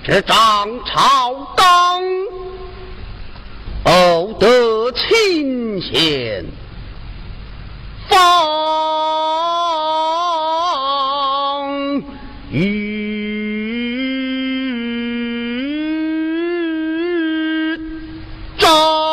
这张朝当偶得亲贤，方与张。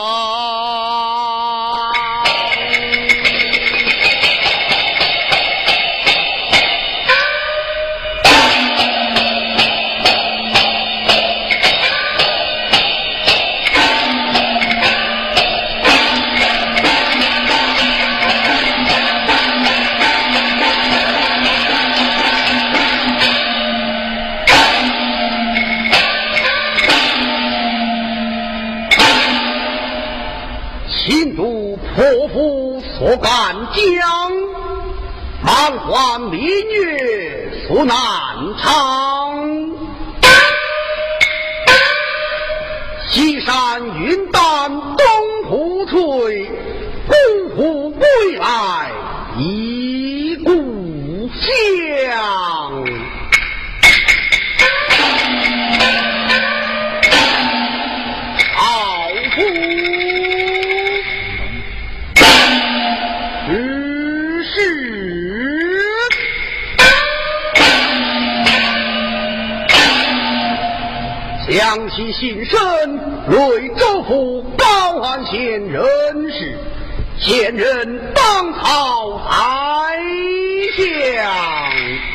破釜所干将，蛮荒民虐所难偿。西山云淡东湖翠，孤虎归来忆故乡。江西新生瑞州府高安县人士，现任当朝宰相。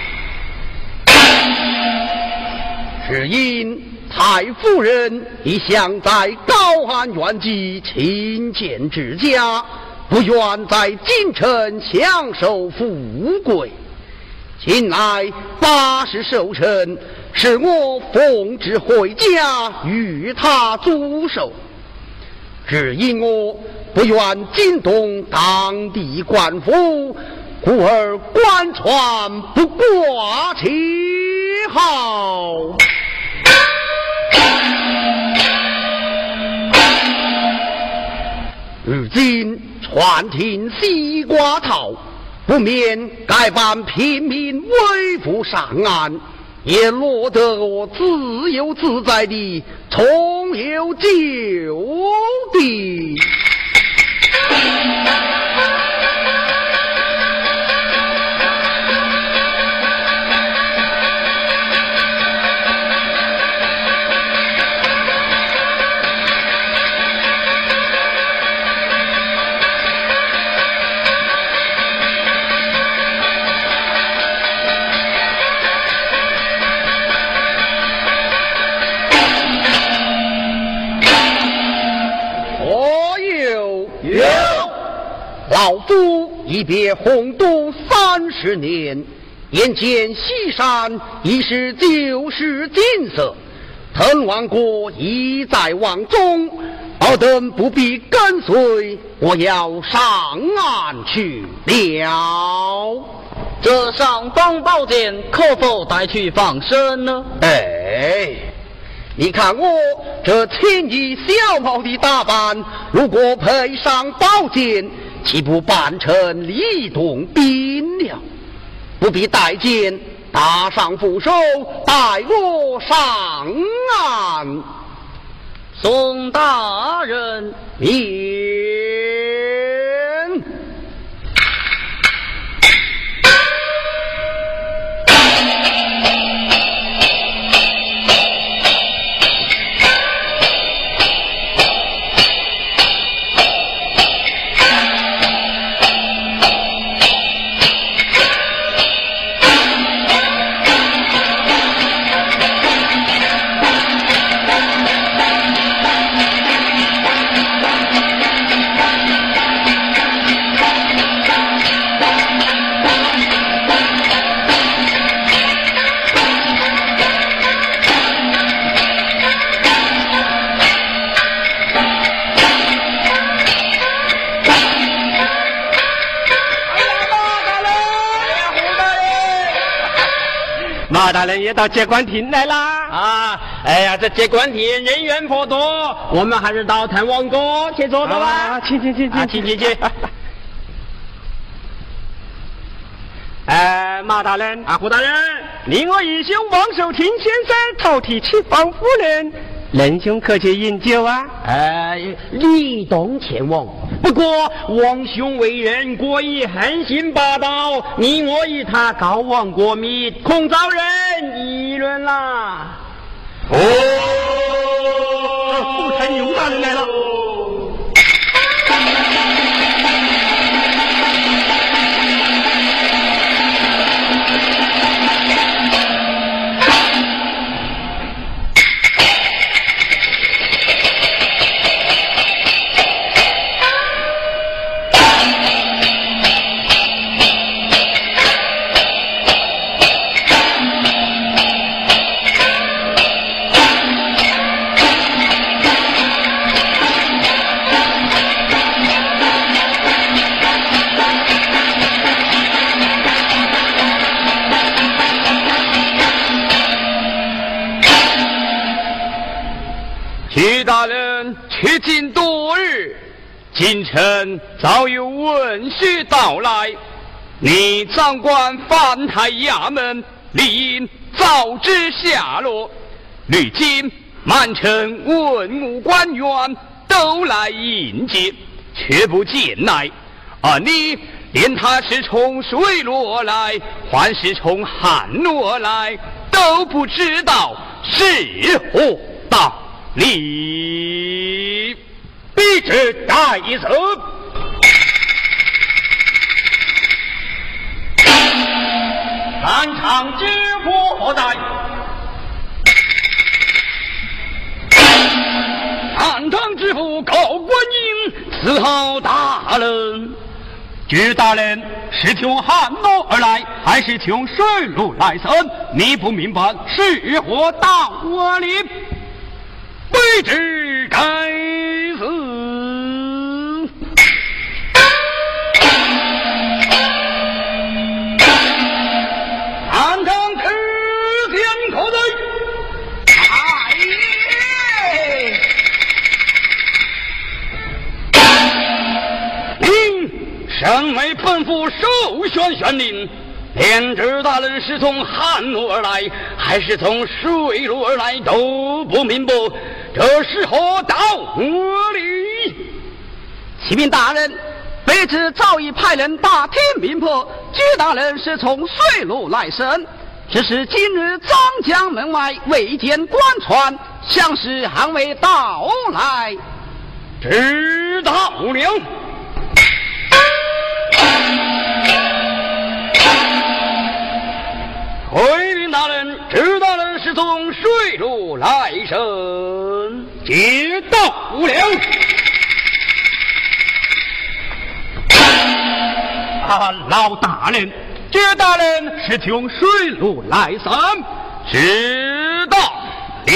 只因太夫人一向在高安原籍勤俭持家，不愿在京城享受富贵。近来80寿辰，使我奉旨回家与他祝寿，只因我不愿惊动当地官府，故而官船不挂旗号。如今船停西瓜套，不免该办平民微服上岸，也落得我自由自在地重游旧地。老夫一别洪都30年，眼见西山已是旧时景色，滕王国已在望中，尔等不必跟随，我要上岸去了。 这上方宝剑可否带去防身呢？ 你看我这轻衣小帽的打扮，如果配上宝剑，岂不扮成李洞宾了？不必带剑，打上扶手，带我上岸。 宋大人免。 马大人也到接官厅来啦！ 啊，哎呀，这接官厅人员颇多，我们还是到滕王阁去坐坐吧。 请。 马大人胡大人， 令我义兄王守亭先生头替启芳夫人，仁兄可去饮酒啊？ 立动前往。不过王兄为人过于横行霸道，你我与他高望国密，恐遭人议论啦。 副参牛大人来了。 徐大人去京多日，京城早有文书到来，你掌管藩台衙门，理应早知下落。如今满城文武官员都来迎接，却不见来，而你连他是从水路而来，还是从汉路而来，都不知道，是何道理？ 必之大一声。南昌知府何在？ 南昌知府高观音伺候大人。 知大人是从汉路而来，还是从水路来生？你不明白是何道理？ 卑职该死。 南昌知县可在？ 身为本府首选县令，连知大人是从汉路而来，还是从水路而来都不明白，这是何道理？ 启禀大人，卑职早已派人打听明白，知大人是从水路来生，只是今日张江门外未见官船，像是还未到来。 知道了。回禀大人，知大人是从水路来生。 知道了。老大人，知大人是从水路来生。 知道了。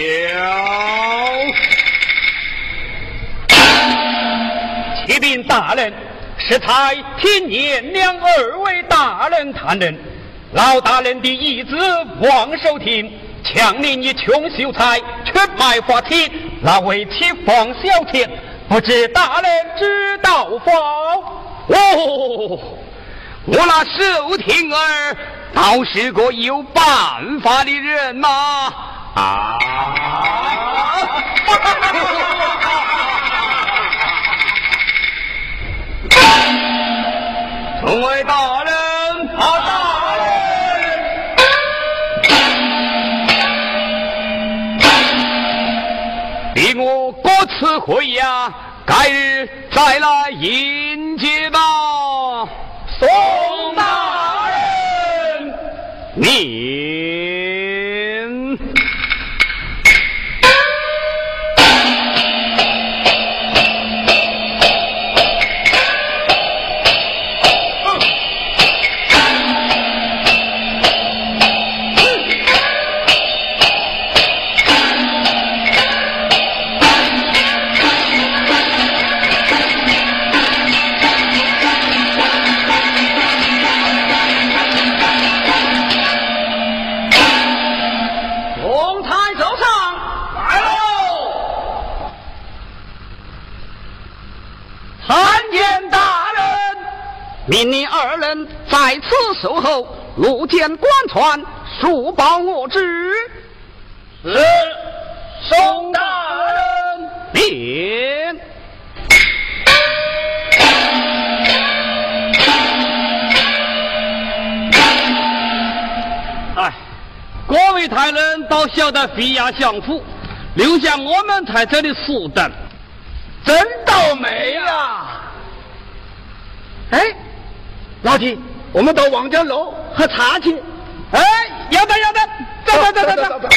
启禀大人，适才听见两二位大人谈论，老大人的义子王守亭强令以穷秀才出卖法庭，那为其放小钱，不知大人知道否？ 哦，我那守亭儿倒是个有办法的人呐！众位大人，大人，逼我各次会呀，改日再来迎接吧。 宋大人， 您命你二人在此守候，路见官船， 速报我知。 是，宋大人。 禀。 哎，各位太人都晓得飞亚相府，留下我们在这里速等， 真倒霉呀！哎，老弟，我们到王家楼喝茶去。 哎，要得，走。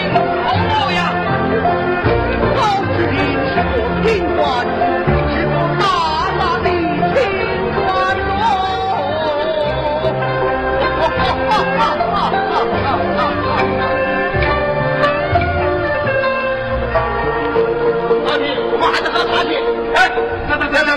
来